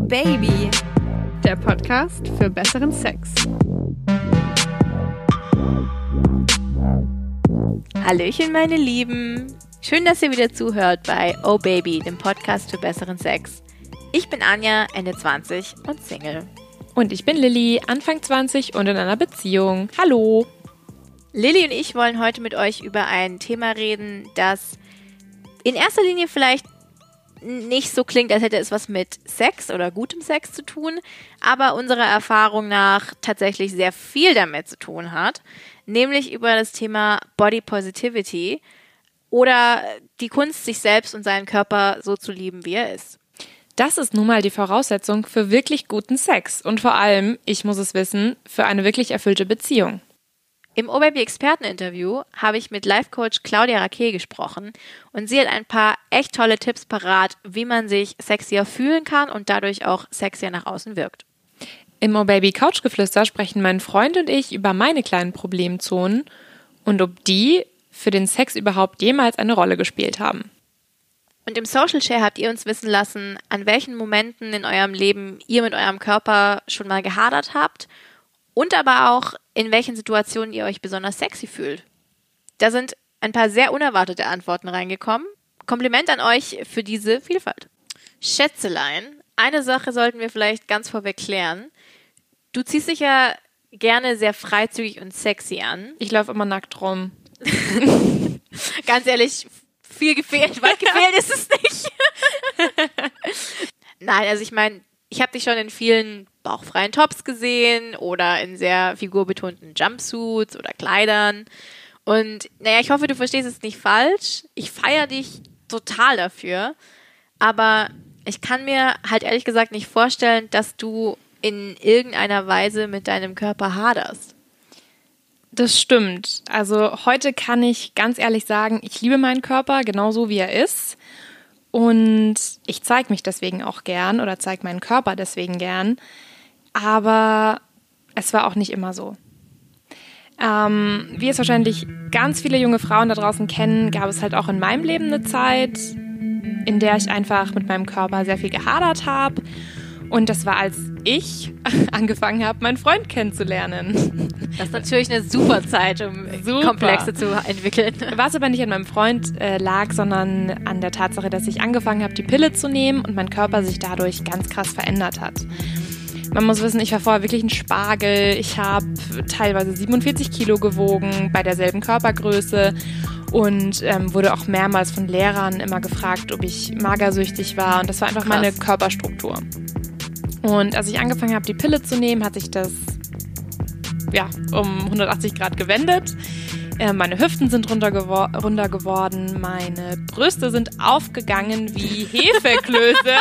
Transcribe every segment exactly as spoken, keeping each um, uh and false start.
Baby, der Podcast für besseren Sex. Hallöchen, meine Lieben. Schön, dass ihr wieder zuhört bei Oh Baby, dem Podcast für besseren Sex. Ich bin Anja, Ende zwanzig und Single. Und ich bin Lilly, Anfang zwanzig und in einer Beziehung. Hallo! Lilly und ich wollen heute mit euch über ein Thema reden, das in erster Linie vielleicht nicht so klingt, als hätte es was mit Sex oder gutem Sex zu tun, aber unserer Erfahrung nach tatsächlich sehr viel damit zu tun hat, nämlich über das Thema Body Positivity oder die Kunst, sich selbst und seinen Körper so zu lieben, wie er ist. Das ist nun mal die Voraussetzung für wirklich guten Sex und vor allem, ich muss es wissen, für eine wirklich erfüllte Beziehung. Im Oh Baby Experteninterview habe ich mit Life-Coach Claudia Raquet gesprochen und sie hat ein paar echt tolle Tipps parat, wie man sich sexier fühlen kann und dadurch auch sexier nach außen wirkt. Im Oh Baby Couchgeflüster sprechen mein Freund und ich über meine kleinen Problemzonen und ob die für den Sex überhaupt jemals eine Rolle gespielt haben. Und im Social Share habt ihr uns wissen lassen, an welchen Momenten in eurem Leben ihr mit eurem Körper schon mal gehadert habt und aber auch, in welchen Situationen ihr euch besonders sexy fühlt. Da sind ein paar sehr unerwartete Antworten reingekommen. Kompliment an euch für diese Vielfalt. Schätzelein, eine Sache sollten wir vielleicht ganz vorweg klären. Du ziehst dich ja gerne sehr freizügig und sexy an. Ich laufe immer nackt rum. Ganz ehrlich, viel gefehlt, weit gefehlt ist es nicht. Nein, also ich meine, ich habe dich schon in vielen bauchfreien Tops gesehen oder in sehr figurbetonten Jumpsuits oder Kleidern. Und naja, ich hoffe, du verstehst es nicht falsch. Ich feiere dich total dafür. Aber ich kann mir halt ehrlich gesagt nicht vorstellen, dass du in irgendeiner Weise mit deinem Körper haderst. Das stimmt. Also heute kann ich ganz ehrlich sagen, ich liebe meinen Körper genauso, wie er ist. Und ich zeige mich deswegen auch gern oder zeige meinen Körper deswegen gern. Aber es war auch nicht immer so. Ähm, wie es wahrscheinlich ganz viele junge Frauen da draußen kennen, gab es halt auch in meinem Leben eine Zeit, in der ich einfach mit meinem Körper sehr viel gehadert habe. Und das war, als ich angefangen habe, meinen Freund kennenzulernen. Das ist natürlich eine super Zeit, um super. Komplexe zu entwickeln. Was aber nicht an meinem Freund äh, lag, sondern an der Tatsache, dass ich angefangen habe, die Pille zu nehmen und mein Körper sich dadurch ganz krass verändert hat. Man muss wissen, ich war vorher wirklich ein Spargel. Ich habe teilweise siebenundvierzig Kilo gewogen, bei derselben Körpergröße. Und ähm, wurde auch mehrmals von Lehrern immer gefragt, ob ich magersüchtig war. Und das war einfach Krass. Meine Körperstruktur. Und als ich angefangen habe, die Pille zu nehmen, hat sich das ja, um hundertachtzig Grad gewendet. Äh, meine Hüften sind runter, gewor- runter geworden, meine Brüste sind aufgegangen wie Hefeklöße.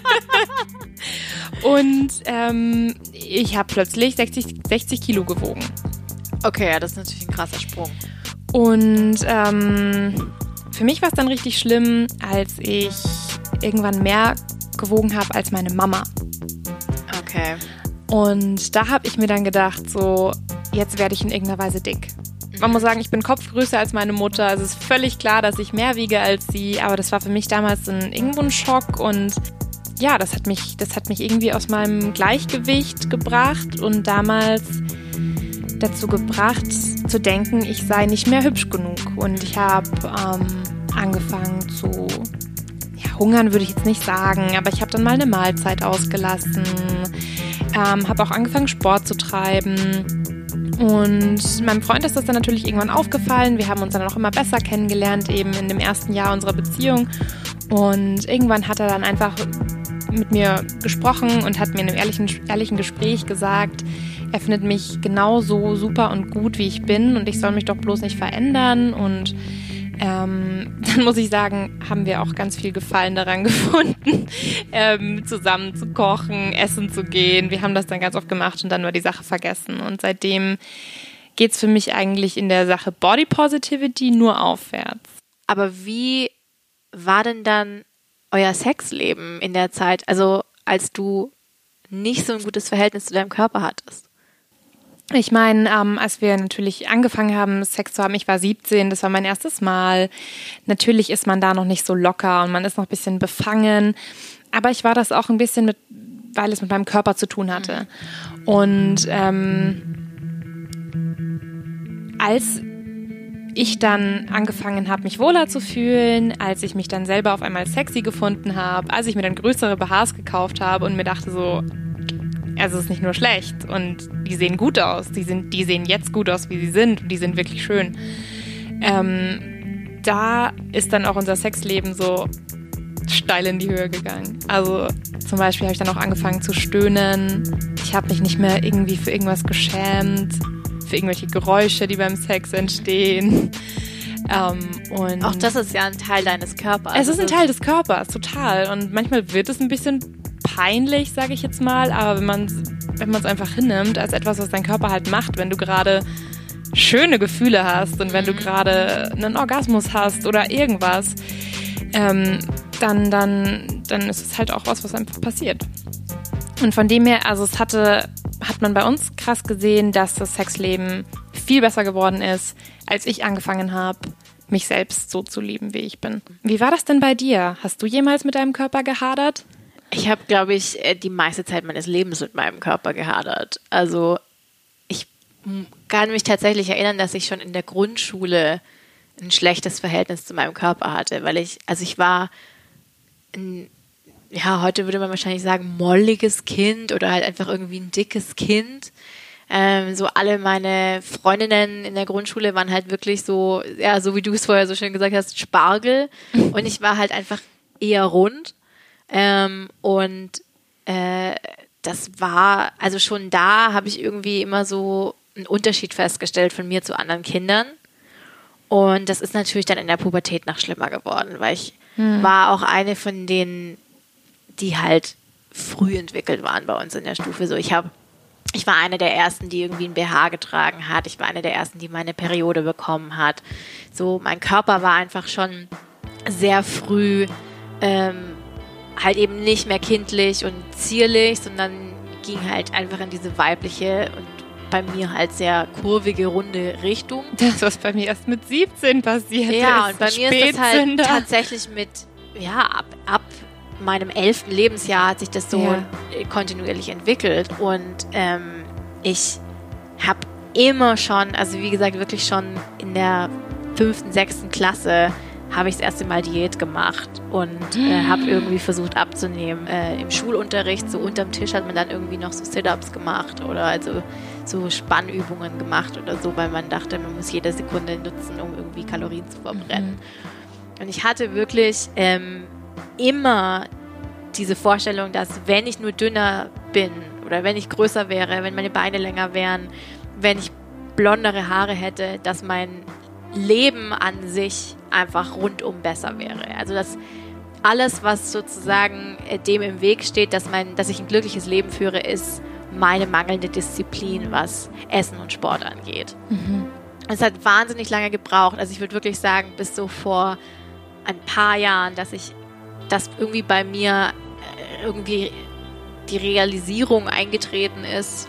Und ähm, ich habe plötzlich sechzig, sechzig Kilo gewogen. Okay, ja, das ist natürlich ein krasser Sprung. Und ähm, für mich war es dann richtig schlimm, als ich irgendwann mehr gewogen habe als meine Mama. Okay. Und da habe ich mir dann gedacht, so, jetzt werde ich in irgendeiner Weise dick. Man muss sagen, ich bin kopfgrößer als meine Mutter. Also es ist völlig klar, dass ich mehr wiege als sie. Aber das war für mich damals ein, irgendwo ein Schock. Und ja, das hat mich, das hat mich irgendwie aus meinem Gleichgewicht gebracht und damals dazu gebracht, zu denken, ich sei nicht mehr hübsch genug. Und ich habe ähm, angefangen zu... Hungern würde ich jetzt nicht sagen, aber ich habe dann mal eine Mahlzeit ausgelassen, ähm, habe auch angefangen, Sport zu treiben und meinem Freund ist das dann natürlich irgendwann aufgefallen. Wir haben uns dann auch immer besser kennengelernt, eben in dem ersten Jahr unserer Beziehung und irgendwann hat er dann einfach mit mir gesprochen und hat mir in einem ehrlichen, ehrlichen Gespräch gesagt, er findet mich genauso super und gut, wie ich bin und ich soll mich doch bloß nicht verändern und Ähm, dann muss ich sagen, haben wir auch ganz viel Gefallen daran gefunden, ähm, zusammen zu kochen, essen zu gehen. Wir haben das dann ganz oft gemacht und dann war die Sache vergessen. Und seitdem geht's für mich eigentlich in der Sache Body Positivity nur aufwärts. Aber wie war denn dann euer Sexleben in der Zeit, also als du nicht so ein gutes Verhältnis zu deinem Körper hattest? Ich meine, ähm, als wir natürlich angefangen haben, Sex zu haben, ich war siebzehn, das war mein erstes Mal. Natürlich ist man da noch nicht so locker und man ist noch ein bisschen befangen. Aber ich war das auch ein bisschen mit weil es mit meinem Körper zu tun hatte. Und ähm, als ich dann angefangen habe, mich wohler zu fühlen, als ich mich dann selber auf einmal sexy gefunden habe, als ich mir dann größere B Hs gekauft habe und mir dachte so, also es ist nicht nur schlecht und die sehen gut aus, die, sind, die sehen jetzt gut aus, wie sie sind und die sind wirklich schön. Ähm, da ist dann auch unser Sexleben so steil in die Höhe gegangen. Also zum Beispiel habe ich dann auch angefangen zu stöhnen. Ich habe mich nicht mehr irgendwie für irgendwas geschämt, für irgendwelche Geräusche, die beim Sex entstehen. Ähm, und auch das ist ja ein Teil deines Körpers. Es ist ein Teil des Körpers, total. Und manchmal wird es ein bisschen peinlich, sage ich jetzt mal, aber wenn man wenn man es einfach hinnimmt als etwas, was dein Körper halt macht, wenn du gerade schöne Gefühle hast und wenn du gerade einen Orgasmus hast oder irgendwas, ähm, dann, dann, dann ist es halt auch was, was einfach passiert. Und von dem her, also es hatte, hat man bei uns krass gesehen, dass das Sexleben viel besser geworden ist, als ich angefangen habe, mich selbst so zu lieben, wie ich bin. Wie war das denn bei dir? Hast du jemals mit deinem Körper gehadert? Ich habe, glaube ich, die meiste Zeit meines Lebens mit meinem Körper gehadert. Also ich kann mich tatsächlich erinnern, dass ich schon in der Grundschule ein schlechtes Verhältnis zu meinem Körper hatte, weil ich, also ich war ein, ja, heute würde man wahrscheinlich sagen, molliges Kind oder halt einfach irgendwie ein dickes Kind. Ähm, so alle meine Freundinnen in der Grundschule waren halt wirklich so, ja, so wie du es vorher so schön gesagt hast, Spargel. Und ich war halt einfach eher rund. Ähm, und äh, das war, also schon da habe ich irgendwie immer so einen Unterschied festgestellt von mir zu anderen Kindern. Und das ist natürlich dann in der Pubertät noch schlimmer geworden, weil ich hm. war auch eine von denen, die halt früh entwickelt waren bei uns in der Stufe. So, ich habe, ich war eine der ersten, die irgendwie ein B H getragen hat. Ich war eine der ersten, die meine Periode bekommen hat. So, mein Körper war einfach schon sehr früh ähm, halt eben nicht mehr kindlich und zierlich, sondern ging halt einfach in diese weibliche und bei mir halt sehr kurvige, runde Richtung. Das, was bei mir erst mit siebzehn passiert ja, ist. Und bei mir ist das halt tatsächlich mit, ja, ab, ab meinem elften Lebensjahr hat sich das so ja. kontinuierlich entwickelt. Und ähm, ich habe immer schon, also wie gesagt, wirklich schon in der fünften, sechsten Klasse habe ich das erste Mal Diät gemacht und äh, habe irgendwie versucht abzunehmen. Äh, Im Schulunterricht, so unterm Tisch hat man dann irgendwie noch so Sit-Ups gemacht oder also so Spannübungen gemacht oder so, weil man dachte, man muss jede Sekunde nutzen, um irgendwie Kalorien zu verbrennen. Mhm. Und ich hatte wirklich ähm, immer diese Vorstellung, dass wenn ich nur dünner bin oder wenn ich größer wäre, wenn meine Beine länger wären, wenn ich blondere Haare hätte, dass mein Leben an sich einfach rundum besser wäre. Also dass alles, was sozusagen dem im Weg steht, dass, mein, dass ich ein glückliches Leben führe, ist meine mangelnde Disziplin, was Essen und Sport angeht. Mhm. Es hat wahnsinnig lange gebraucht. Also ich würde wirklich sagen, bis so vor ein paar Jahren, dass ich, dass irgendwie bei mir irgendwie die Realisierung eingetreten ist,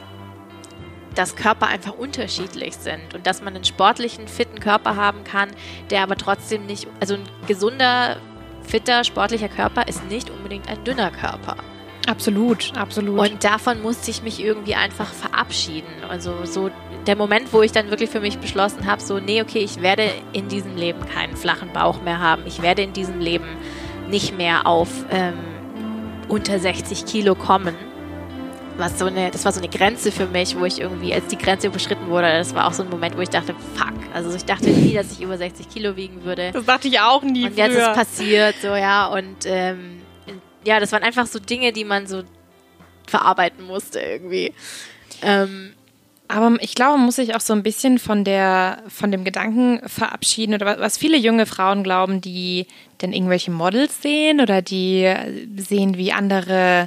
dass Körper einfach unterschiedlich sind und dass man einen sportlichen, fitten Körper haben kann, der aber trotzdem nicht, also ein gesunder, fitter, sportlicher Körper ist nicht unbedingt ein dünner Körper. Absolut, absolut. Und davon musste ich mich irgendwie einfach verabschieden. Also so der Moment, wo ich dann wirklich für mich beschlossen habe, so nee, okay, ich werde in diesem Leben keinen flachen Bauch mehr haben. Ich werde in diesem Leben nicht mehr auf ähm, unter sechzig Kilo kommen. Was so eine, das war so eine Grenze für mich, wo ich irgendwie, als die Grenze überschritten wurde, das war auch so ein Moment, wo ich dachte, fuck, also ich dachte nie, dass ich über sechzig Kilo wiegen würde. Das dachte ich auch nie und früher. Und jetzt ist passiert, so ja, und ähm, ja, das waren einfach so Dinge, die man so verarbeiten musste irgendwie. Ähm, Aber ich glaube, man muss sich auch so ein bisschen von der, von dem Gedanken verabschieden oder was viele junge Frauen glauben, die dann irgendwelche Models sehen oder die sehen, wie andere,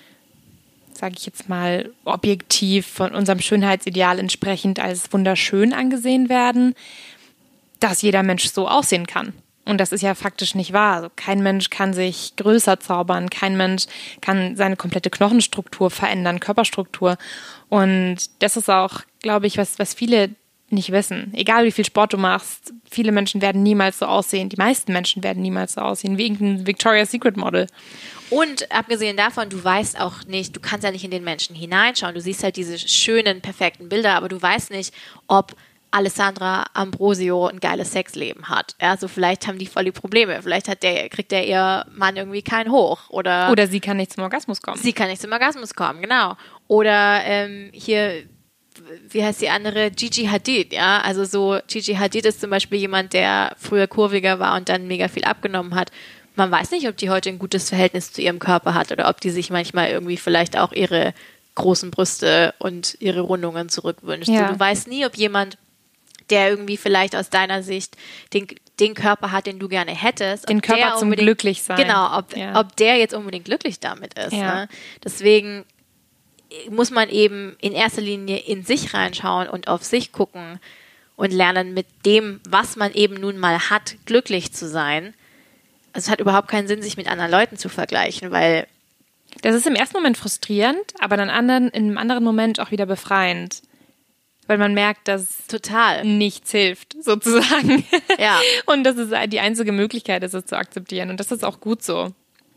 sage ich jetzt mal, objektiv von unserem Schönheitsideal entsprechend als wunderschön angesehen werden, dass jeder Mensch so aussehen kann. Und das ist ja faktisch nicht wahr. Also kein Mensch kann sich größer zaubern, kein Mensch kann seine komplette Knochenstruktur verändern, Körperstruktur. Und das ist auch, glaube ich, was, was viele nicht wissen. Egal wie viel Sport du machst, viele Menschen werden niemals so aussehen. Die meisten Menschen werden niemals so aussehen wie irgendein Victoria's Secret Model. Und abgesehen davon, du weißt auch nicht, du kannst ja nicht in den Menschen hineinschauen. Du siehst halt diese schönen, perfekten Bilder, aber du weißt nicht, ob Alessandra Ambrosio ein geiles Sexleben hat. Ja, also vielleicht haben die voll die Probleme. Vielleicht hat der, kriegt der ihr Mann irgendwie keinen hoch. Oder, oder sie kann nicht zum Orgasmus kommen. Sie kann nicht zum Orgasmus kommen, genau. Oder ähm, hier, wie heißt die andere? Gigi Hadid, ja. Also so, Gigi Hadid ist zum Beispiel jemand, der früher kurviger war und dann mega viel abgenommen hat. Man weiß nicht, ob die heute ein gutes Verhältnis zu ihrem Körper hat oder ob die sich manchmal irgendwie vielleicht auch ihre großen Brüste und ihre Rundungen zurückwünscht. Ja. So, du weißt nie, ob jemand, der irgendwie vielleicht aus deiner Sicht den, den Körper hat, den du gerne hättest. Den Körper zum Glücklichsein. Genau, ob, ja. ob der jetzt unbedingt glücklich damit ist. Ja. Ne? Deswegen muss man eben in erster Linie in sich reinschauen und auf sich gucken und lernen, mit dem, was man eben nun mal hat, glücklich zu sein. Also es hat überhaupt keinen Sinn, sich mit anderen Leuten zu vergleichen, weil das ist im ersten Moment frustrierend, aber dann anderen, in einem anderen Moment auch wieder befreiend. Weil man merkt, dass total nichts hilft, sozusagen. Ja. Und dass es die einzige Möglichkeit ist, es zu akzeptieren. Und das ist auch gut so.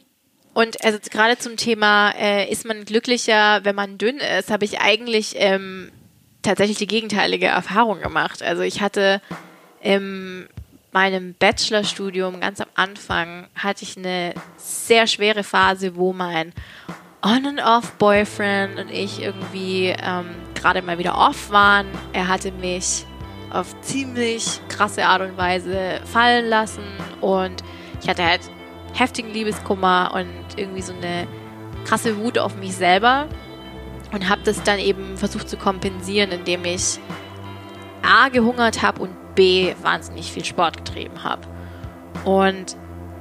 Und also gerade zum Thema, äh, ist man glücklicher, wenn man dünn ist, habe ich eigentlich ähm, tatsächlich die gegenteilige Erfahrung gemacht. Also ich hatte in meinem Bachelorstudium ganz am Anfang hatte ich eine sehr schwere Phase, wo mein On-and-Off-Boyfriend und ich irgendwie ähm, gerade mal wieder off waren. Er hatte mich auf ziemlich krasse Art und Weise fallen lassen und ich hatte halt heftigen Liebeskummer und irgendwie so eine krasse Wut auf mich selber und habe das dann eben versucht zu kompensieren, indem ich A, gehungert habe und B, wahnsinnig viel Sport getrieben habe. Und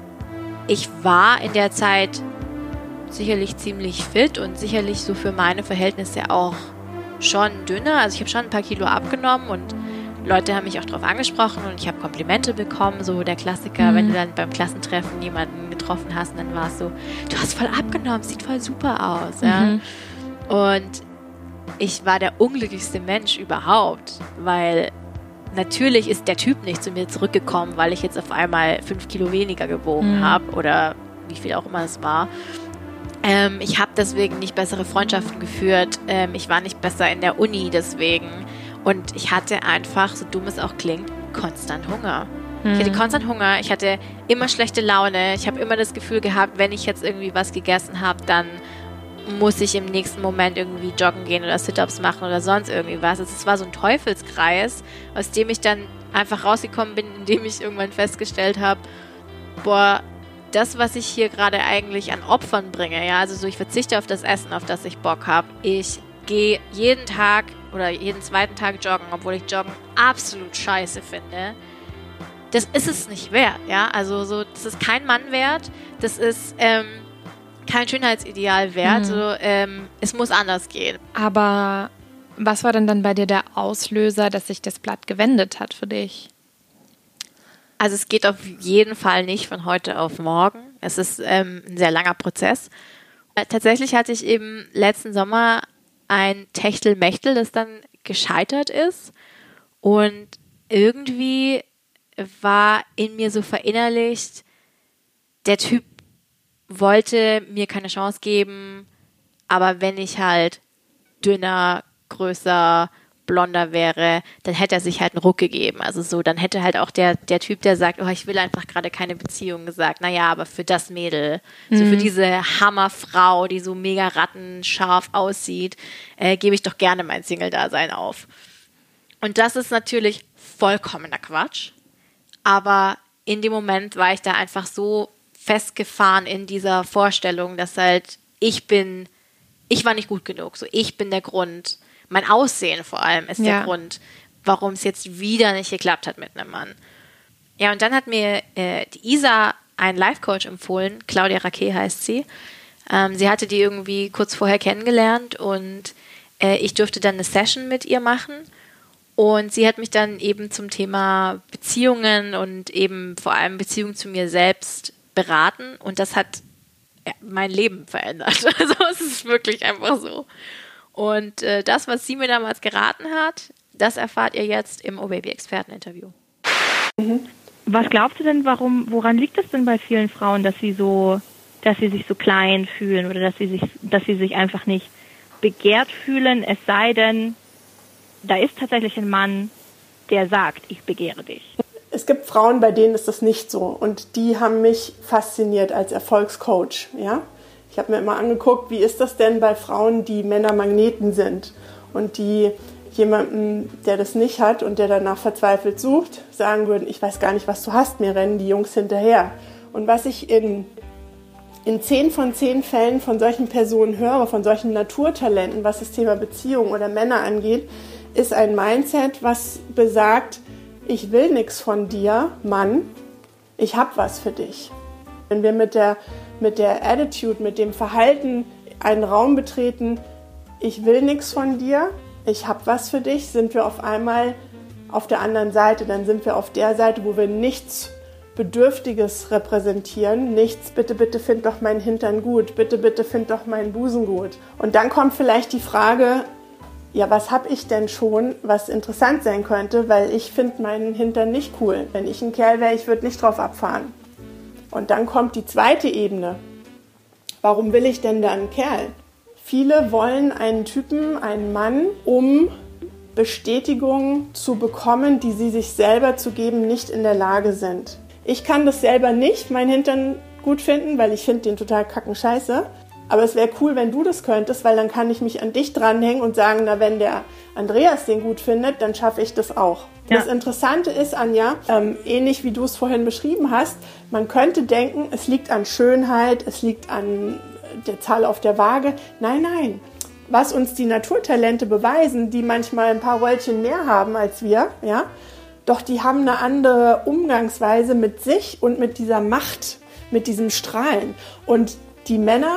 ich war in der Zeit sicherlich ziemlich fit und sicherlich so für meine Verhältnisse auch schon dünner. Also ich habe schon ein paar Kilo abgenommen und Leute haben mich auch darauf angesprochen und ich habe Komplimente bekommen, so der Klassiker, mhm. wenn du dann beim Klassentreffen jemanden getroffen hast und dann war es so, du hast voll abgenommen, sieht voll super aus. Ja? Mhm. Und ich war der unglücklichste Mensch überhaupt, weil natürlich ist der Typ nicht zu mir zurückgekommen, weil ich jetzt auf einmal fünf Kilo weniger gewogen mhm. habe oder wie viel auch immer es war. Ähm, ich habe deswegen nicht bessere Freundschaften geführt. Ähm, ich war nicht besser in der Uni deswegen. Und ich hatte einfach, so dumm es auch klingt, konstant Hunger. Mhm. Ich hatte konstant Hunger, ich hatte immer schlechte Laune. Ich habe immer das Gefühl gehabt, wenn ich jetzt irgendwie was gegessen habe, dann muss ich im nächsten Moment irgendwie joggen gehen oder Sit-Ups machen oder sonst irgendwie was. Also es war so ein Teufelskreis, aus dem ich dann einfach rausgekommen bin, indem ich irgendwann festgestellt habe, boah, das, was ich hier gerade eigentlich an Opfern bringe, ja, also so ich verzichte auf das Essen, auf das ich Bock habe. Ich gehe jeden Tag oder jeden zweiten Tag joggen, obwohl ich Joggen absolut scheiße finde. Das ist es nicht wert, ja, also so, das ist kein Mann wert, das ist ähm, kein Schönheitsideal wert, mhm. so, ähm, es muss anders gehen. Aber was war denn dann bei dir der Auslöser, dass sich das Blatt gewendet hat für dich? Also es geht auf jeden Fall nicht von heute auf morgen. Es ist ähm, ein sehr langer Prozess. Äh, tatsächlich hatte ich eben letzten Sommer ein Techtelmechtel, das dann gescheitert ist. Und irgendwie war in mir so verinnerlicht, der Typ wollte mir keine Chance geben, aber wenn ich halt dünner, größer, blonder wäre, dann hätte er sich halt einen Ruck gegeben. Also so, dann hätte halt auch der, der Typ, der sagt, oh, ich will einfach gerade keine Beziehung, gesagt, naja, aber für das Mädel, mhm. so für diese Hammerfrau, die so mega rattenscharf aussieht, äh, gebe ich doch gerne mein Single-Dasein auf. Und das ist natürlich vollkommener Quatsch, aber in dem Moment war ich da einfach so festgefahren in dieser Vorstellung, dass halt ich bin, ich war nicht gut genug, so ich bin der Grund, mein Aussehen vor allem ist ja. der Grund, warum es jetzt wieder nicht geklappt hat mit einem Mann. Ja, und dann hat mir äh, die Isa einen Life-Coach empfohlen, Claudia Raquet heißt sie. Ähm, sie hatte die irgendwie kurz vorher kennengelernt und äh, ich durfte dann eine Session mit ihr machen. Und sie hat mich dann eben zum Thema Beziehungen und eben vor allem Beziehung zu mir selbst beraten. Und das hat ja, mein Leben verändert. Also es ist wirklich einfach so. Und äh, das, was sie mir damals geraten hat, Das erfahrt ihr jetzt im O-Baby-Experten-Interview. Mhm. Was glaubst du denn, warum, woran liegt es denn bei vielen Frauen, dass sie so, dass sie sich so klein fühlen oder dass sie sich, dass sie sich einfach nicht begehrt fühlen, es sei denn, da ist tatsächlich ein Mann, der sagt, ich begehre dich? Es gibt Frauen, bei denen ist das nicht so und die haben mich fasziniert als Erfolgscoach. Ja? Ich habe mir immer angeguckt, wie ist das denn bei Frauen, die Männermagneten sind und die jemanden, der das nicht hat und der danach verzweifelt sucht, sagen würden, ich weiß gar nicht, was du hast, mir rennen die Jungs hinterher. Und was ich in, in zehn von zehn Fällen von solchen Personen höre, von solchen Naturtalenten, was das Thema Beziehung oder Männer angeht, ist ein Mindset, was besagt, ich will nichts von dir, Mann, ich habe was für dich. Wenn wir mit der, mit der Attitude, mit dem Verhalten einen Raum betreten, ich will nichts von dir, ich habe was für dich, sind wir auf einmal auf der anderen Seite. Dann sind wir auf der Seite, wo wir nichts Bedürftiges repräsentieren. Nichts, bitte, bitte find doch meinen Hintern gut, bitte, bitte find doch meinen Busen gut. Und dann kommt vielleicht die Frage, ja, was habe ich denn schon, was interessant sein könnte, weil ich finde meinen Hintern nicht cool. Wenn ich ein Kerl wäre, ich würde nicht drauf abfahren. Und dann kommt die zweite Ebene. Warum will ich denn da einen Kerl? Viele wollen einen Typen, einen Mann, um Bestätigung zu bekommen, die sie sich selber zu geben nicht in der Lage sind. Ich kann das selber nicht, meinen Hintern gut finden, weil ich finde den total kackenscheiße. Aber es wäre cool, wenn du das könntest, weil dann kann ich mich an dich dranhängen und sagen, na, wenn der Andreas den gut findet, dann schaffe ich das auch. Ja. Das Interessante ist, Anja, ähm, ähnlich wie du es vorhin beschrieben hast, man könnte denken, es liegt an Schönheit, es liegt an der Zahl auf der Waage. Nein, nein. Was uns die Naturtalente beweisen, die manchmal ein paar Röllchen mehr haben als wir, ja, doch die haben eine andere Umgangsweise mit sich und mit dieser Macht, mit diesem Strahlen. Und die Männer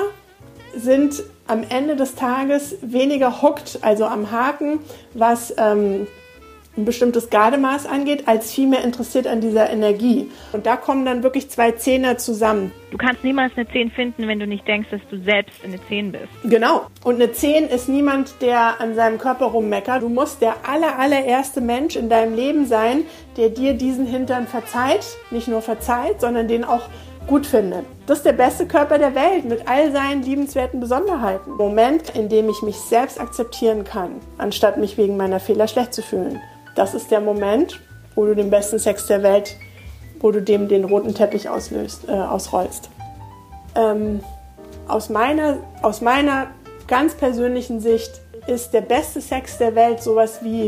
sind am Ende des Tages weniger hooked, also am Haken, was ähm, ein bestimmtes Gardemaß angeht, als vielmehr interessiert an dieser Energie. Und da kommen dann wirklich zwei Zehner zusammen. Du kannst niemals eine zehn finden, wenn du nicht denkst, dass du selbst eine zehn bist. Genau. Und eine zehn ist niemand, der an seinem Körper rummeckert. Du musst der aller, allererste Mensch in deinem Leben sein, der dir diesen Hintern verzeiht. Nicht nur verzeiht, sondern den auch gut findet. Das ist der beste Körper der Welt mit all seinen liebenswerten Besonderheiten. Moment, in dem ich mich selbst akzeptieren kann, anstatt mich wegen meiner Fehler schlecht zu fühlen. Das ist der Moment, wo du den besten Sex der Welt, wo du dem den roten Teppich auslöst, äh, ausrollst. Ähm, aus meiner, aus meiner ganz persönlichen Sicht ist der beste Sex der Welt sowas wie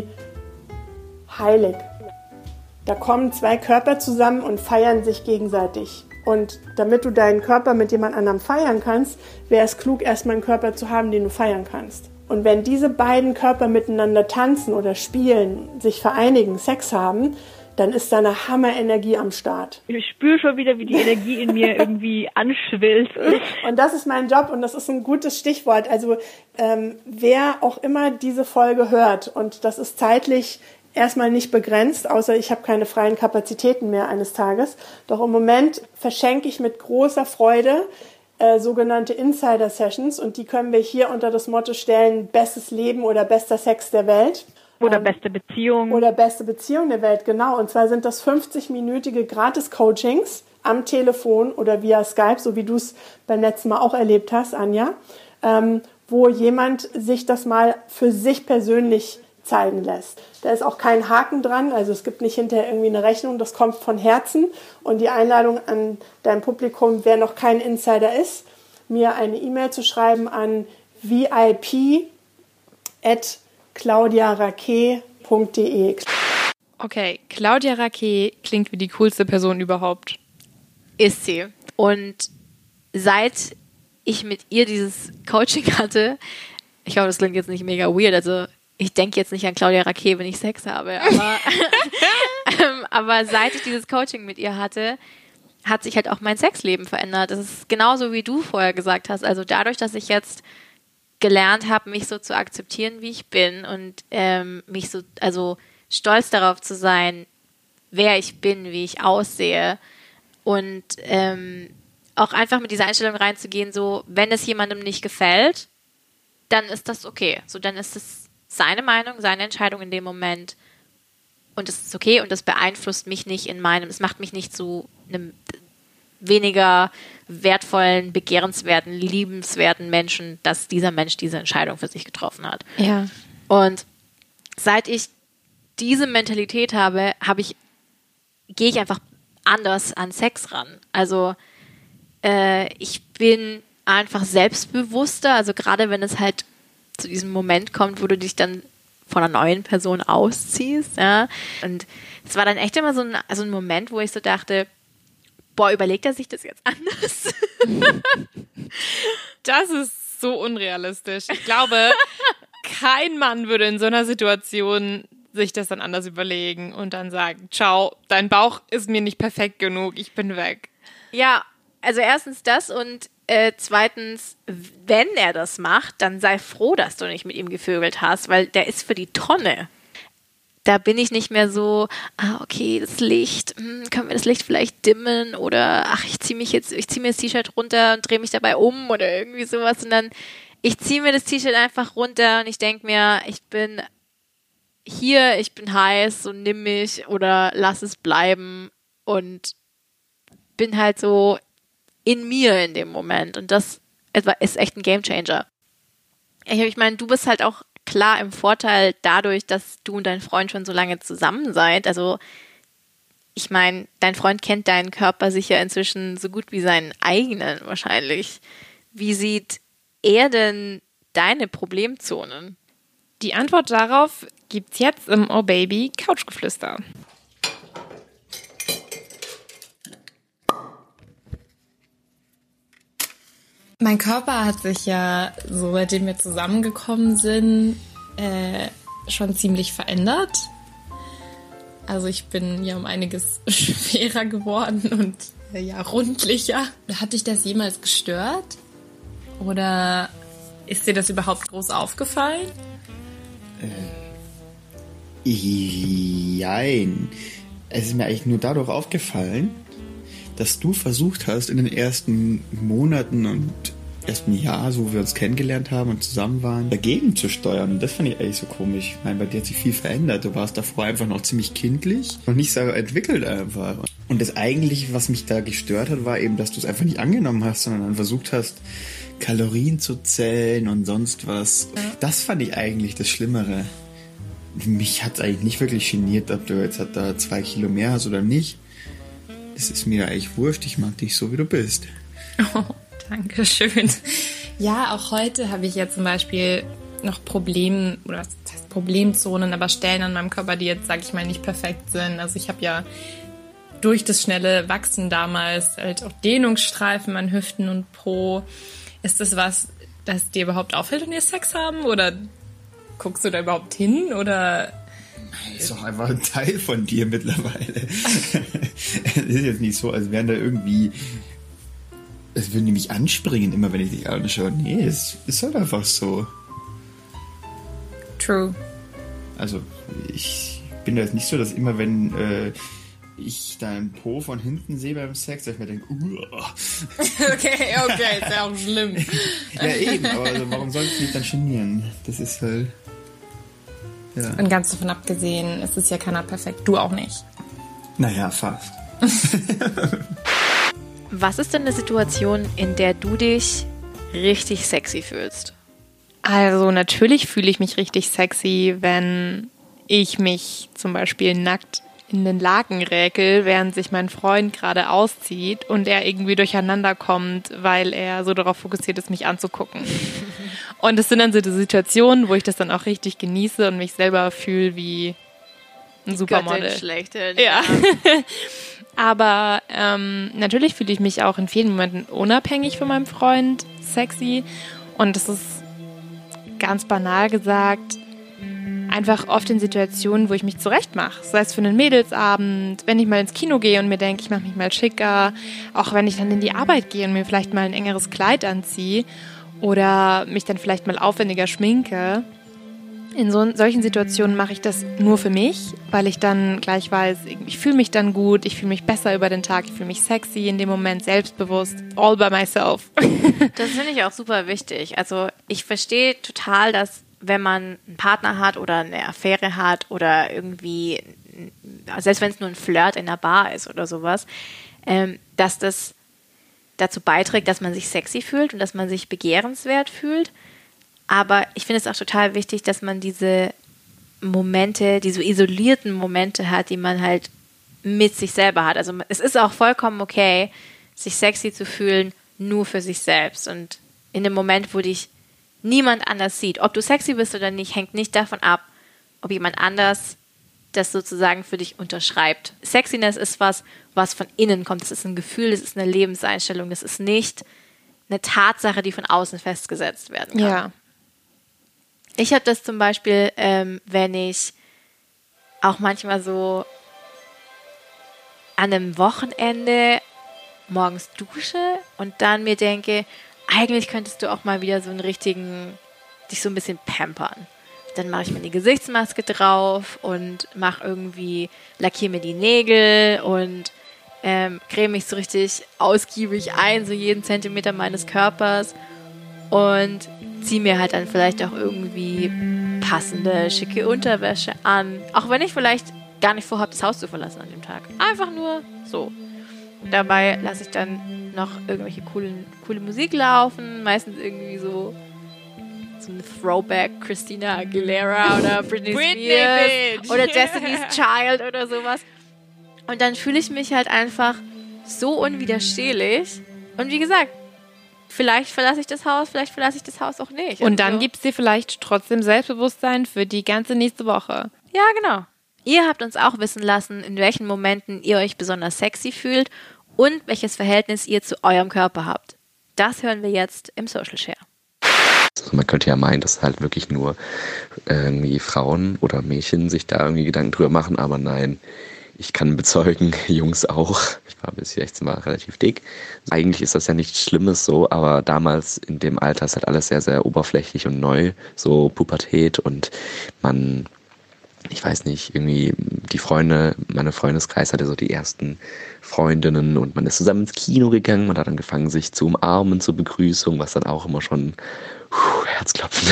heilig. Da kommen zwei Körper zusammen und feiern sich gegenseitig. Und damit du deinen Körper mit jemand anderem feiern kannst, wäre es klug, erstmal einen Körper zu haben, den du feiern kannst. Und wenn diese beiden Körper miteinander tanzen oder spielen, sich vereinigen, Sex haben, dann ist da eine Hammerenergie am Start. Ich spüre schon wieder, wie die Energie in mir irgendwie anschwillt. Und das ist mein Job und das ist ein gutes Stichwort. Also ähm, wer auch immer diese Folge hört, und das ist zeitlich erstmal nicht begrenzt, außer ich habe keine freien Kapazitäten mehr eines Tages. Doch im Moment verschenke ich mit großer Freude Äh, sogenannte Insider-Sessions und die können wir hier unter das Motto stellen, bestes Leben oder bester Sex der Welt. Oder ähm, beste Beziehung. Oder beste Beziehung der Welt, genau. Und zwar sind das fünfzig-minütige Gratis-Coachings am Telefon oder via Skype, so wie du es beim letzten Mal auch erlebt hast, Anja, ähm, wo jemand sich das mal für sich persönlich zeigen lässt. Da ist auch kein Haken dran, also es gibt nicht hinterher irgendwie eine Rechnung, das kommt von Herzen und die Einladung an dein Publikum, wer noch kein Insider ist, mir eine E-Mail zu schreiben an v i p at claudia raquet punkt d e. Okay, Claudia Raquet klingt wie die coolste Person überhaupt. Ist sie. Und seit ich mit ihr dieses Coaching hatte, ich glaube, das klingt jetzt nicht mega weird, also ich denke jetzt nicht an Claudia Raquet, wenn ich Sex habe, aber, ähm, aber seit ich dieses Coaching mit ihr hatte, hat sich halt auch mein Sexleben verändert. Das ist genauso, wie du vorher gesagt hast. Also dadurch, dass ich jetzt gelernt habe, mich so zu akzeptieren, wie ich bin und ähm, mich so, also stolz darauf zu sein, wer ich bin, wie ich aussehe und ähm, auch einfach mit dieser Einstellung reinzugehen, so, wenn es jemandem nicht gefällt, dann ist das okay. So, dann ist es seine Meinung, seine Entscheidung in dem Moment. Und das ist okay und das beeinflusst mich nicht in meinem, es macht mich nicht zu einem weniger wertvollen, begehrenswerten, liebenswerten Menschen, dass dieser Mensch diese Entscheidung für sich getroffen hat. Ja. Und seit ich diese Mentalität habe, habe ich, gehe ich einfach anders an Sex ran. Also äh, ich bin einfach selbstbewusster, also gerade wenn es halt zu diesem Moment kommt, wo du dich dann von einer neuen Person ausziehst, ja. Und es war dann echt immer so ein, also ein Moment, wo ich so dachte, boah, überlegt er sich das jetzt anders? Das ist so unrealistisch. Ich glaube, kein Mann würde in so einer Situation sich das dann anders überlegen und dann sagen, ciao, dein Bauch ist mir nicht perfekt genug, ich bin weg. Ja, also erstens das und äh, zweitens, wenn er das macht, dann sei froh, dass du nicht mit ihm gevögelt hast, weil der ist für die Tonne. Da bin ich nicht mehr so, ah, okay, das Licht, hm, können wir das Licht vielleicht dimmen oder ach, ich ziehe mich jetzt, ich ziehe mir das T-Shirt runter und drehe mich dabei um oder irgendwie sowas und dann, ich ziehe mir das T-Shirt einfach runter und ich denke mir, ich bin hier, ich bin heiß und nimm mich oder lass es bleiben und bin halt so in mir in dem Moment und das ist echt ein Gamechanger. Ich, ich meine, du bist halt auch klar im Vorteil dadurch, dass du und dein Freund schon so lange zusammen seid. Also ich meine, dein Freund kennt deinen Körper sicher inzwischen so gut wie seinen eigenen wahrscheinlich. Wie sieht er denn deine Problemzonen? Die Antwort darauf gibt's jetzt im Oh Baby Couchgeflüster. Mein Körper hat sich ja, so seitdem wir zusammengekommen sind, äh, schon ziemlich verändert. Also ich bin ja um einiges schwerer geworden und äh, ja rundlicher. Hat dich das jemals gestört? Oder ist dir das überhaupt groß aufgefallen? Äh, jein. Es ist mir eigentlich nur dadurch aufgefallen, dass du versucht hast, in den ersten Monaten und ersten Jahr, so wie wir uns kennengelernt haben und zusammen waren, dagegen zu steuern. Und das fand ich eigentlich so komisch. Ich meine, bei dir hat sich viel verändert. Du warst davor einfach noch ziemlich kindlich und nicht so entwickelt einfach. Und das eigentliche, was mich da gestört hat, war eben, dass du es einfach nicht angenommen hast, sondern dann versucht hast, Kalorien zu zählen und sonst was. Ja. Das fand ich eigentlich das Schlimmere. Mich hat es eigentlich nicht wirklich geniert, ob du jetzt da zwei Kilo mehr hast oder nicht. Es ist mir eigentlich wurscht, ich mag dich so, wie du bist. Oh, danke schön. Ja, auch heute habe ich ja zum Beispiel noch Problem, oder was heißt Problemzonen, aber Stellen an meinem Körper, die jetzt, sag ich mal, nicht perfekt sind. Also ich habe ja durch das schnelle Wachsen damals halt auch Dehnungsstreifen an Hüften und Po. Ist das was, das dir überhaupt auffällt, wenn wir Sex haben? Oder guckst du da überhaupt hin? Oder... Das ist doch einfach ein Teil von dir mittlerweile. Es ist jetzt nicht so, als wären da irgendwie... Es würden die mich anspringen, immer wenn ich dich anschaue. Nee, es ist halt einfach so. True. Also, ich bin da jetzt nicht so, dass immer wenn äh, ich deinen Po von hinten sehe beim Sex, dass ich mir denke, uah. Okay, okay, ist ja auch schlimm. Ja, eben, aber also, warum soll ich mich dann genieren? Das ist halt... Ja. Und ganz davon abgesehen, es ist ja keiner perfekt. Du auch nicht. Naja, fast. Was ist denn eine Situation, in der du dich richtig sexy fühlst? Also natürlich fühle ich mich richtig sexy, wenn ich mich zum Beispiel nackt in den Laken räkel, während sich mein Freund gerade auszieht und er irgendwie durcheinander kommt, weil er so darauf fokussiert ist, mich anzugucken. Und es sind dann so die Situationen, wo ich das dann auch richtig genieße und mich selber fühle wie ein Supermodel. Schlechthin, ja. Aber ähm, natürlich fühle ich mich auch in vielen Momenten unabhängig von meinem Freund sexy. Und das ist ganz banal gesagt einfach oft in Situationen, wo ich mich zurechtmache. Sei es für einen Mädelsabend, wenn ich mal ins Kino gehe und mir denke, ich mache mich mal schicker. Auch wenn ich dann in die Arbeit gehe und mir vielleicht mal ein engeres Kleid anziehe. Oder mich dann vielleicht mal aufwendiger schminke. In so, solchen Situationen mache ich das nur für mich, weil ich dann gleich weiß, ich fühle mich dann gut, ich fühle mich besser über den Tag, ich fühle mich sexy in dem Moment, selbstbewusst, all by myself. Das finde ich auch super wichtig. Also ich verstehe total, dass wenn man einen Partner hat oder eine Affäre hat oder irgendwie, selbst wenn es nur ein Flirt in der Bar ist oder sowas, ähm, dass das dazu beiträgt, dass man sich sexy fühlt und dass man sich begehrenswert fühlt. Aber ich finde es auch total wichtig, dass man diese Momente, diese isolierten Momente hat, die man halt mit sich selber hat. Also es ist auch vollkommen okay, sich sexy zu fühlen, nur für sich selbst. Und in dem Moment, wo dich niemand anders sieht, ob du sexy bist oder nicht, hängt nicht davon ab, ob jemand anders das sozusagen für dich unterschreibt. Sexiness ist was, was von innen kommt. Das ist ein Gefühl, das ist eine Lebenseinstellung. Das ist nicht eine Tatsache, die von außen festgesetzt werden kann. Ja. Ich habe das zum Beispiel, ähm, wenn ich auch manchmal so an einem Wochenende morgens dusche und dann mir denke, eigentlich könntest du auch mal wieder so einen richtigen, dich so ein bisschen pampern. Dann mache ich mir die Gesichtsmaske drauf und mache irgendwie, lackiere mir die Nägel und ähm, creme mich so richtig ausgiebig ein, so jeden Zentimeter meines Körpers und ziehe mir halt dann vielleicht auch irgendwie passende, schicke Unterwäsche an. Auch wenn ich vielleicht gar nicht vorhabe, das Haus zu verlassen an dem Tag. Einfach nur so. Dabei lasse ich dann noch irgendwelche coolen, coole Musik laufen. Meistens irgendwie so, so eine Throwback Christina Aguilera oder Britney, Britney Spears bitch. Oder Destiny's Child oder sowas. Und dann fühle ich mich halt einfach so unwiderstehlich. Und wie gesagt, vielleicht verlasse ich das Haus, vielleicht verlasse ich das Haus auch nicht. Und dann also, gibt es dir vielleicht trotzdem Selbstbewusstsein für die ganze nächste Woche. Ja, genau. Ihr habt uns auch wissen lassen, in welchen Momenten ihr euch besonders sexy fühlt und welches Verhältnis ihr zu eurem Körper habt. Das hören wir jetzt im Social Share. Also man könnte ja meinen, dass halt wirklich nur irgendwie Frauen oder Mädchen sich da irgendwie Gedanken drüber machen, aber nein, ich kann bezeugen, Jungs auch. Ich war bis sechzehn Mal relativ dick. Eigentlich ist das ja nichts Schlimmes so, aber damals in dem Alter ist halt alles sehr, sehr oberflächlich und neu, so Pubertät und man... Ich weiß nicht, irgendwie die Freunde, meine Freundeskreis hatte so die ersten Freundinnen und man ist zusammen ins Kino gegangen, man hat angefangen, sich zu umarmen zur Begrüßung, was dann auch immer schon puh, Herzklopfen.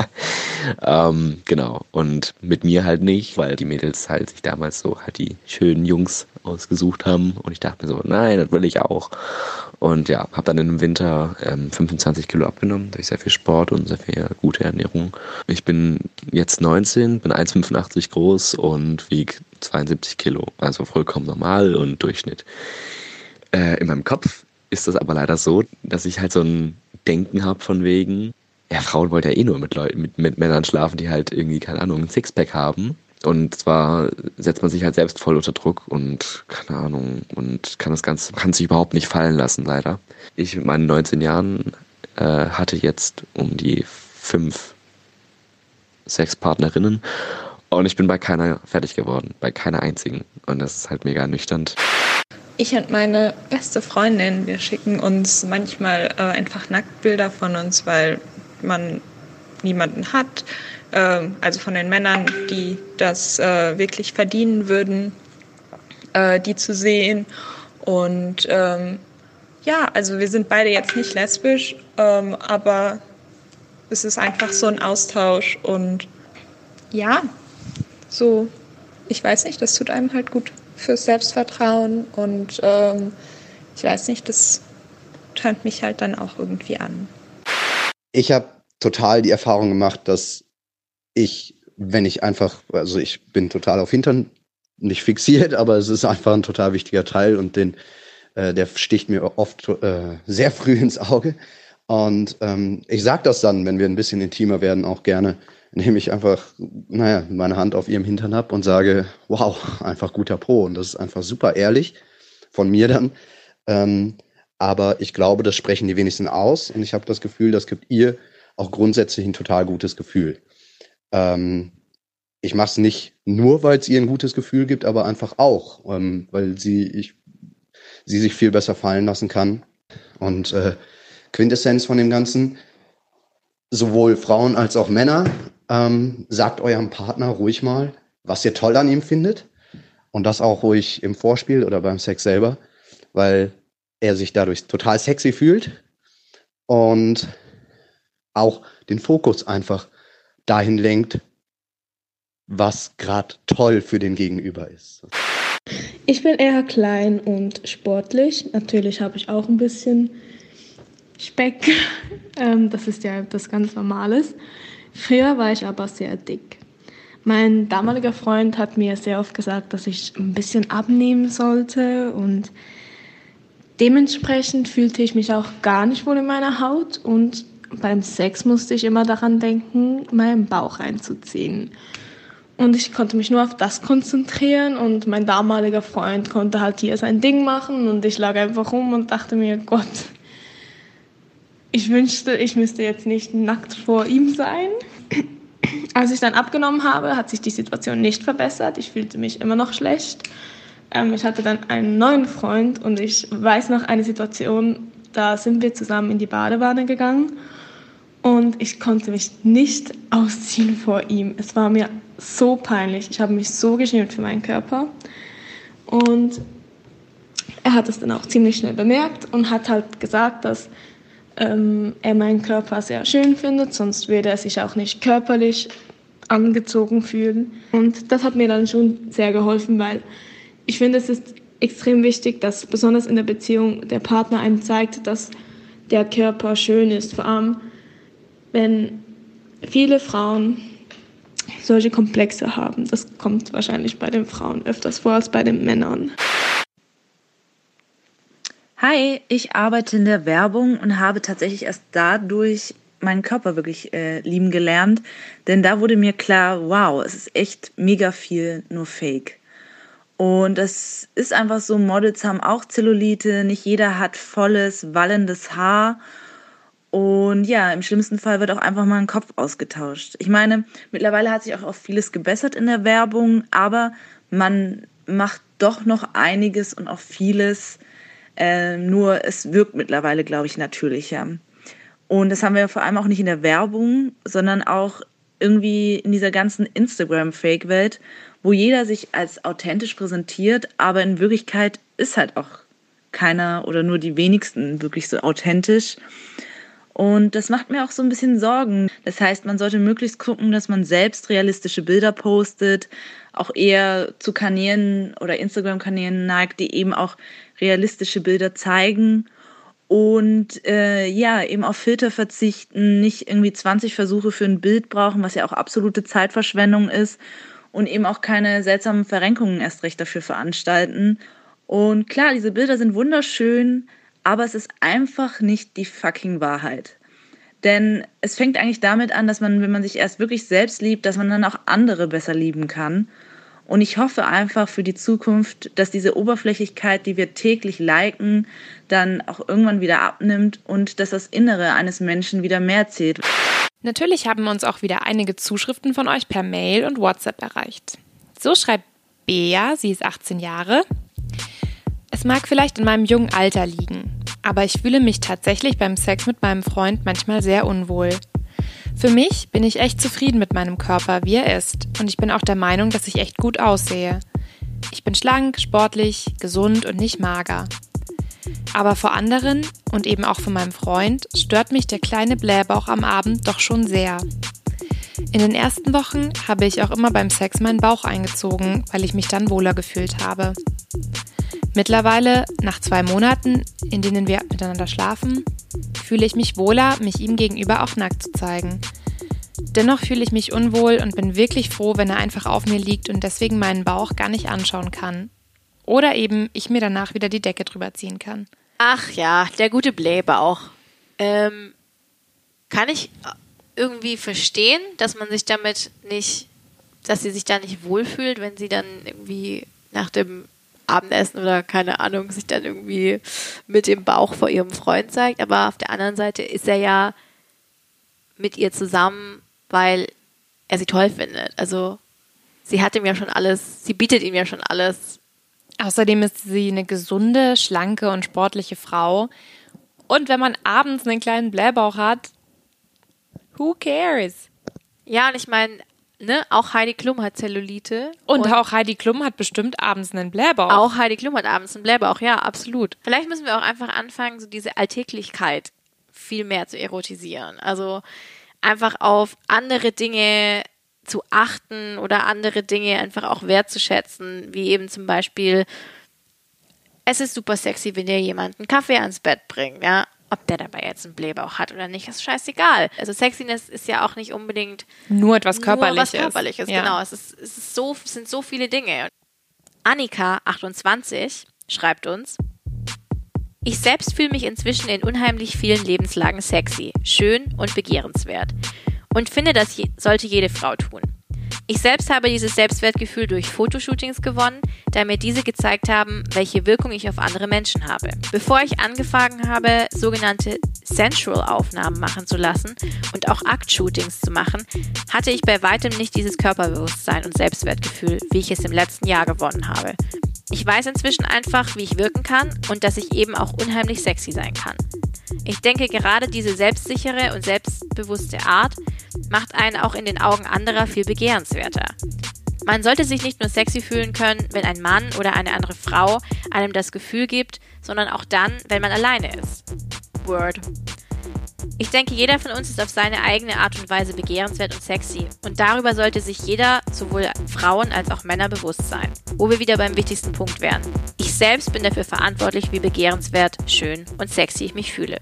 ähm, genau, und mit mir halt nicht, weil die Mädels halt sich damals so halt die schönen Jungs ausgesucht haben und ich dachte mir so, nein, das will ich auch. Und ja, habe dann im Winter ähm, fünfundzwanzig Kilo abgenommen, durch sehr viel Sport und sehr viel gute Ernährung. Ich bin jetzt neunzehn, bin eins Komma fünfundachtzig groß und wiege zweiundsiebzig Kilo, also vollkommen normal und Durchschnitt. Äh, in meinem Kopf ist das aber leider so, dass ich halt so ein Denken habe von wegen, ja, Frauen wollen ja eh nur mit Leuten, mit, mit Männern schlafen, die halt irgendwie, keine Ahnung, ein Sixpack haben. Und zwar setzt man sich halt selbst voll unter Druck und keine Ahnung und kann das Ganze, kann sich überhaupt nicht fallen lassen, leider. Ich mit meinen neunzehn Jahren äh, hatte jetzt um die fünf Sexpartnerinnen und ich bin bei keiner fertig geworden, bei keiner einzigen. Und das ist halt mega ernüchternd. Ich und meine beste Freundin, wir schicken uns manchmal äh, einfach Nacktbilder von uns, weil man niemanden hat. Also von den Männern, die das äh, wirklich verdienen würden, äh, die zu sehen. Und ähm, ja, also wir sind beide jetzt nicht lesbisch, ähm, aber es ist einfach so ein Austausch. Und ja, so, ich weiß nicht, das tut einem halt gut fürs Selbstvertrauen. Und ähm, ich weiß nicht, das tönt mich halt dann auch irgendwie an. Ich habe total die Erfahrung gemacht, dass ich, wenn ich einfach, also ich bin total auf Hintern nicht fixiert, aber es ist einfach ein total wichtiger Teil und den, äh, der sticht mir oft äh, sehr früh ins Auge. Und ähm, ich sage das dann, wenn wir ein bisschen intimer werden, auch gerne, indem ich einfach, naja, meine Hand auf ihrem Hintern habe und sage, wow, einfach guter Po. Und das ist einfach super ehrlich von mir dann. Ähm, aber ich glaube, das sprechen die wenigsten aus und ich habe das Gefühl, das gibt ihr auch grundsätzlich ein total gutes Gefühl. Ähm, ich mache es nicht nur, weil es ihr ein gutes Gefühl gibt, aber einfach auch, ähm, weil sie, ich, sie sich viel besser fallen lassen kann. Und äh, Quintessenz von dem Ganzen, sowohl Frauen als auch Männer, ähm, sagt eurem Partner ruhig mal, was ihr toll an ihm findet. Und das auch ruhig im Vorspiel oder beim Sex selber, weil er sich dadurch total sexy fühlt und auch den Fokus einfach dahin lenkt, was gerade toll für den Gegenüber ist. Ich bin eher klein und sportlich. Natürlich habe ich auch ein bisschen Speck. ähm, das ist ja etwas ganz Normales. Früher war ich aber sehr dick. Mein damaliger Freund hat mir sehr oft gesagt, dass ich ein bisschen abnehmen sollte und dementsprechend fühlte ich mich auch gar nicht wohl in meiner Haut und beim Sex musste ich immer daran denken, meinen Bauch einzuziehen. Und ich konnte mich nur auf das konzentrieren und mein damaliger Freund konnte halt hier sein Ding machen und ich lag einfach rum und dachte mir, Gott, ich wünschte, ich müsste jetzt nicht nackt vor ihm sein. Als ich dann abgenommen habe, hat sich die Situation nicht verbessert. Ich fühlte mich immer noch schlecht. Ähm, ich hatte dann einen neuen Freund und ich weiß noch eine Situation, da sind wir zusammen in die Badewanne gegangen und ich konnte mich nicht ausziehen vor ihm. Es war mir so peinlich. Ich habe mich so geschämt für meinen Körper. Und er hat es dann auch ziemlich schnell bemerkt und hat halt gesagt, dass ähm, er meinen Körper sehr schön findet, sonst würde er sich auch nicht körperlich angezogen fühlen. Und das hat mir dann schon sehr geholfen, weil ich finde, es ist extrem wichtig, dass besonders in der Beziehung der Partner einem zeigt, dass der Körper schön ist. Vor allem, wenn viele Frauen solche Komplexe haben. Das kommt wahrscheinlich bei den Frauen öfters vor als bei den Männern. Hi, ich arbeite in der Werbung und habe tatsächlich erst dadurch meinen Körper wirklich äh, lieben gelernt. Denn da wurde mir klar, wow, es ist echt mega viel nur Fake. Und es ist einfach so, Models haben auch Zellulite, nicht jeder hat volles, wallendes Haar. Und ja, im schlimmsten Fall wird auch einfach mal ein Kopf ausgetauscht. Ich meine, mittlerweile hat sich auch oft vieles gebessert in der Werbung, aber man macht doch noch einiges und auch vieles, äh, nur es wirkt mittlerweile, glaube ich, natürlicher. Und das haben wir vor allem auch nicht in der Werbung, sondern auch irgendwie in dieser ganzen Instagram-Fake-Welt, wo jeder sich als authentisch präsentiert, aber in Wirklichkeit ist halt auch keiner oder nur die wenigsten wirklich so authentisch. Und das macht mir auch so ein bisschen Sorgen. Das heißt, man sollte möglichst gucken, dass man selbst realistische Bilder postet, auch eher zu Kanälen oder Instagram-Kanälen neigt, die eben auch realistische Bilder zeigen und äh, ja, eben auf Filter verzichten, nicht irgendwie zwanzig Versuche für ein Bild brauchen, was ja auch absolute Zeitverschwendung ist und eben auch keine seltsamen Verrenkungen erst recht dafür veranstalten. Und klar, diese Bilder sind wunderschön, aber es ist einfach nicht die fucking Wahrheit. Denn es fängt eigentlich damit an, dass man, wenn man sich erst wirklich selbst liebt, dass man dann auch andere besser lieben kann. Und ich hoffe einfach für die Zukunft, dass diese Oberflächlichkeit, die wir täglich liken, dann auch irgendwann wieder abnimmt und dass das Innere eines Menschen wieder mehr zählt. Natürlich haben uns auch wieder einige Zuschriften von euch per Mail und WhatsApp erreicht. So schreibt Bea, sie ist achtzehn Jahre. Es mag vielleicht in meinem jungen Alter liegen, aber ich fühle mich tatsächlich beim Sex mit meinem Freund manchmal sehr unwohl. Für mich bin ich echt zufrieden mit meinem Körper, wie er ist, und ich bin auch der Meinung, dass ich echt gut aussehe. Ich bin schlank, sportlich, gesund und nicht mager. Aber vor anderen und eben auch von meinem Freund stört mich der kleine Blähbauch am Abend doch schon sehr. In den ersten Wochen habe ich auch immer beim Sex meinen Bauch eingezogen, weil ich mich dann wohler gefühlt habe. Mittlerweile, nach zwei Monaten, in denen wir miteinander schlafen, fühle ich mich wohler, mich ihm gegenüber auch nackt zu zeigen. Dennoch fühle ich mich unwohl und bin wirklich froh, wenn er einfach auf mir liegt und deswegen meinen Bauch gar nicht anschauen kann. Oder eben ich mir danach wieder die Decke drüber ziehen kann. Ach ja, der gute Blähbauch. Ähm, kann ich irgendwie verstehen, dass man sich damit nicht, dass sie sich da nicht wohlfühlt, wenn sie dann irgendwie nach dem Abendessen oder keine Ahnung, sich dann irgendwie mit dem Bauch vor ihrem Freund zeigt. Aber auf der anderen Seite ist er ja mit ihr zusammen, weil er sie toll findet. Also sie hat ihm ja schon alles, sie bietet ihm ja schon alles. Außerdem ist sie eine gesunde, schlanke und sportliche Frau. Und wenn man abends einen kleinen Blähbauch hat, who cares? Ja, und ich meine, ne, auch Heidi Klum hat Zellulite. Und, und auch Heidi Klum hat bestimmt abends einen Blähbauch. Auch Heidi Klum hat abends einen Blähbauch, ja, absolut. Vielleicht müssen wir auch einfach anfangen, so diese Alltäglichkeit viel mehr zu erotisieren. Also einfach auf andere Dinge zu achten oder andere Dinge einfach auch wertzuschätzen, wie eben zum Beispiel, es ist super sexy, wenn dir jemand einen Kaffee ans Bett bringt, ja. Ob der dabei jetzt einen Blähbauch hat oder nicht, ist scheißegal. Also Sexiness ist ja auch nicht unbedingt nur etwas Körperliches. Nur was Körperliches, ja. Genau. Es, ist, es ist so, es sind so viele Dinge. Annika, achtundzwanzig, schreibt uns: Ich selbst fühle mich inzwischen in unheimlich vielen Lebenslagen sexy, schön und begehrenswert. Und finde, das je- sollte jede Frau tun. Ich selbst habe dieses Selbstwertgefühl durch Fotoshootings gewonnen, da mir diese gezeigt haben, welche Wirkung ich auf andere Menschen habe. Bevor ich angefangen habe, sogenannte Sensual-Aufnahmen machen zu lassen und auch Akt-Shootings zu machen, hatte ich bei weitem nicht dieses Körperbewusstsein und Selbstwertgefühl, wie ich es im letzten Jahr gewonnen habe. Ich weiß inzwischen einfach, wie ich wirken kann und dass ich eben auch unheimlich sexy sein kann. Ich denke, gerade diese selbstsichere und selbstbewusste Art macht einen auch in den Augen anderer viel begehrenswerter. Man sollte sich nicht nur sexy fühlen können, wenn ein Mann oder eine andere Frau einem das Gefühl gibt, sondern auch dann, wenn man alleine ist. Word. Ich denke, jeder von uns ist auf seine eigene Art und Weise begehrenswert und sexy. Und darüber sollte sich jeder, sowohl Frauen als auch Männer, bewusst sein. Wo wir wieder beim wichtigsten Punkt wären. Ich selbst bin dafür verantwortlich, wie begehrenswert, schön und sexy ich mich fühle.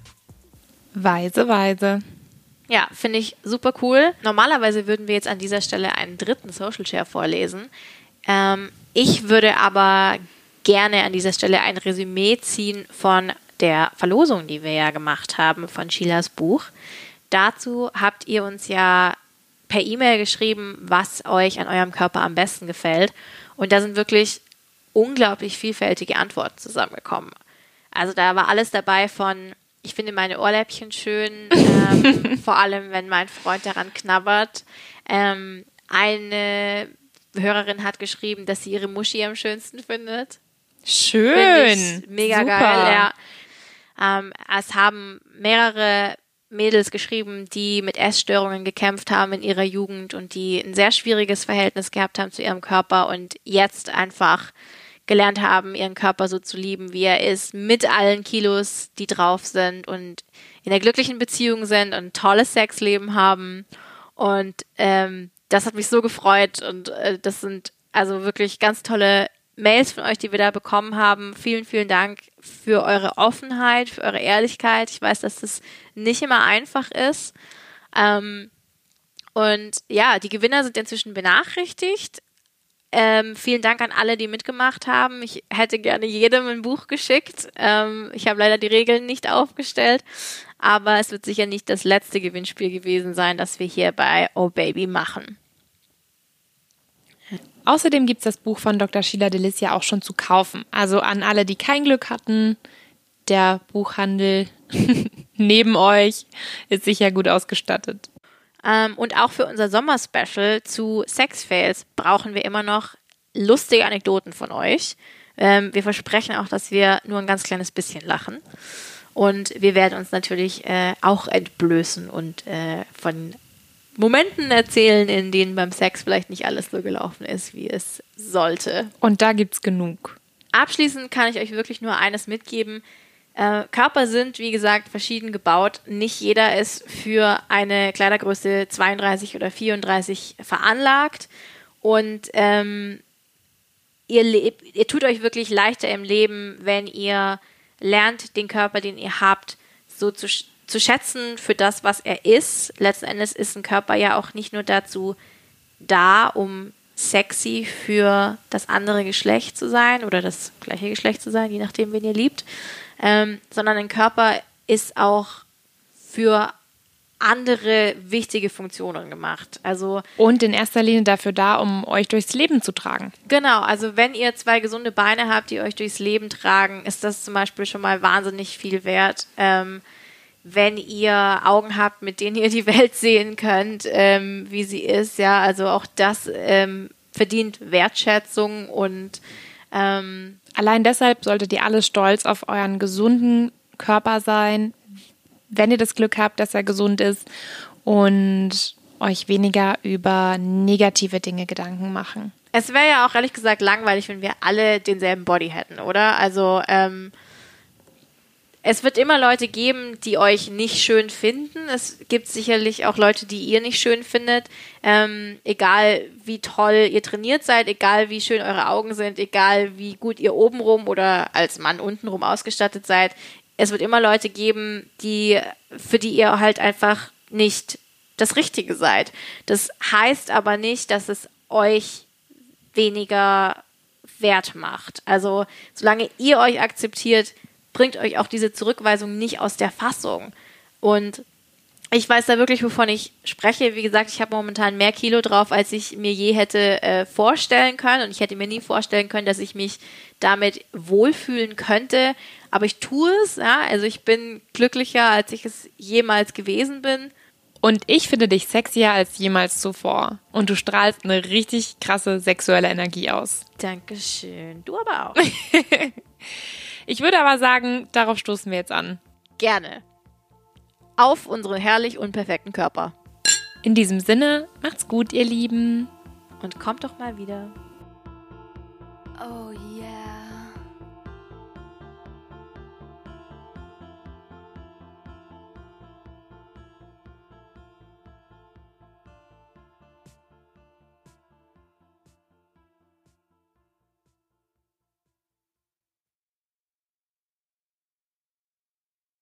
Weise, weise. Ja, finde ich super cool. Normalerweise würden wir jetzt an dieser Stelle einen dritten Social Share vorlesen. Ähm, ich würde aber gerne an dieser Stelle ein Resümee ziehen von der Verlosung, die wir ja gemacht haben von Sheilas Buch. Dazu habt ihr uns ja per E-Mail geschrieben, was euch an eurem Körper am besten gefällt. Und da sind wirklich unglaublich vielfältige Antworten zusammengekommen. Also da war alles dabei von: Ich finde meine Ohrläppchen schön, ähm, vor allem, wenn mein Freund daran knabbert. Ähm, eine Hörerin hat geschrieben, dass sie ihre Muschi am schönsten findet. Schön. Mega Super. geil, ja. Ähm, es haben mehrere Mädels geschrieben, die mit Essstörungen gekämpft haben in ihrer Jugend und die ein sehr schwieriges Verhältnis gehabt haben zu ihrem Körper und jetzt einfach gelernt haben, ihren Körper so zu lieben, wie er ist, mit allen Kilos, die drauf sind und in einer glücklichen Beziehung sind und ein tolles Sexleben haben. Und ähm, das hat mich so gefreut und äh, das sind also wirklich ganz tolle Mails von euch, die wir da bekommen haben. Vielen, vielen Dank für eure Offenheit, für eure Ehrlichkeit. Ich weiß, dass das nicht immer einfach ist. Ähm, und ja, die Gewinner sind inzwischen benachrichtigt. Ähm, vielen Dank an alle, die mitgemacht haben. Ich hätte gerne jedem ein Buch geschickt. Ähm, ich habe leider die Regeln nicht aufgestellt, aber es wird sicher nicht das letzte Gewinnspiel gewesen sein, das wir hier bei Oh Baby machen. Außerdem gibt es das Buch von Doktor Sheila Delicia auch schon zu kaufen. Also an alle, die kein Glück hatten, der Buchhandel neben euch ist sicher gut ausgestattet. Ähm, und auch für unser Sommer-Special zu Sex-Fails brauchen wir immer noch lustige Anekdoten von euch. Ähm, wir versprechen auch, dass wir nur ein ganz kleines bisschen lachen. Und wir werden uns natürlich äh, auch entblößen und äh, von Momenten erzählen, in denen beim Sex vielleicht nicht alles so gelaufen ist, wie es sollte. Und da gibt's genug. Abschließend kann ich euch wirklich nur eines mitgeben. Äh, Körper sind, wie gesagt, verschieden gebaut. Nicht jeder ist für eine Kleidergröße zweiunddreißig oder vierunddreißig veranlagt. Und ähm, ihr, lebt, ihr tut euch wirklich leichter im Leben, wenn ihr lernt, den Körper, den ihr habt, so zu, zu schätzen für das, was er ist. Letzten Endes ist ein Körper ja auch nicht nur dazu da, um sexy für das andere Geschlecht zu sein oder das gleiche Geschlecht zu sein, je nachdem, wen ihr liebt, ähm, sondern ein Körper ist auch für andere wichtige Funktionen gemacht. Also und in erster Linie dafür da, um euch durchs Leben zu tragen. Genau, also wenn ihr zwei gesunde Beine habt, die euch durchs Leben tragen, ist das zum Beispiel schon mal wahnsinnig viel wert. Ähm, wenn ihr Augen habt, mit denen ihr die Welt sehen könnt, ähm, wie sie ist, ja, also auch das ähm, verdient Wertschätzung und ähm, allein deshalb solltet ihr alle stolz auf euren gesunden Körper sein, wenn ihr das Glück habt, dass er gesund ist und euch weniger über negative Dinge Gedanken machen. Es wäre ja auch ehrlich gesagt langweilig, wenn wir alle denselben Body hätten, oder? Also ähm, es wird immer Leute geben, die euch nicht schön finden. Es gibt sicherlich auch Leute, die ihr nicht schön findet. Ähm, egal wie toll ihr trainiert seid, egal wie schön eure Augen sind, egal wie gut ihr obenrum oder als Mann untenrum ausgestattet seid. Es wird immer Leute geben, die, für die ihr halt einfach nicht das Richtige seid. Das heißt aber nicht, dass es euch weniger wert macht. Also solange ihr euch akzeptiert, bringt euch auch diese Zurückweisung nicht aus der Fassung. Und ich weiß da wirklich, wovon ich spreche. Wie gesagt, ich habe momentan mehr Kilo drauf, als ich mir je hätte äh, vorstellen können. Und ich hätte mir nie vorstellen können, dass ich mich damit wohlfühlen könnte. Aber ich tue es. Ja? Also ich bin glücklicher, als ich es jemals gewesen bin. Und ich finde dich sexier als jemals zuvor. Und du strahlst eine richtig krasse sexuelle Energie aus. Dankeschön. Du aber auch. Ich würde aber sagen, darauf stoßen wir jetzt an. Gerne. Auf unseren herrlich unperfekten Körper. In diesem Sinne, macht's gut, ihr Lieben. Und kommt doch mal wieder. Oh je.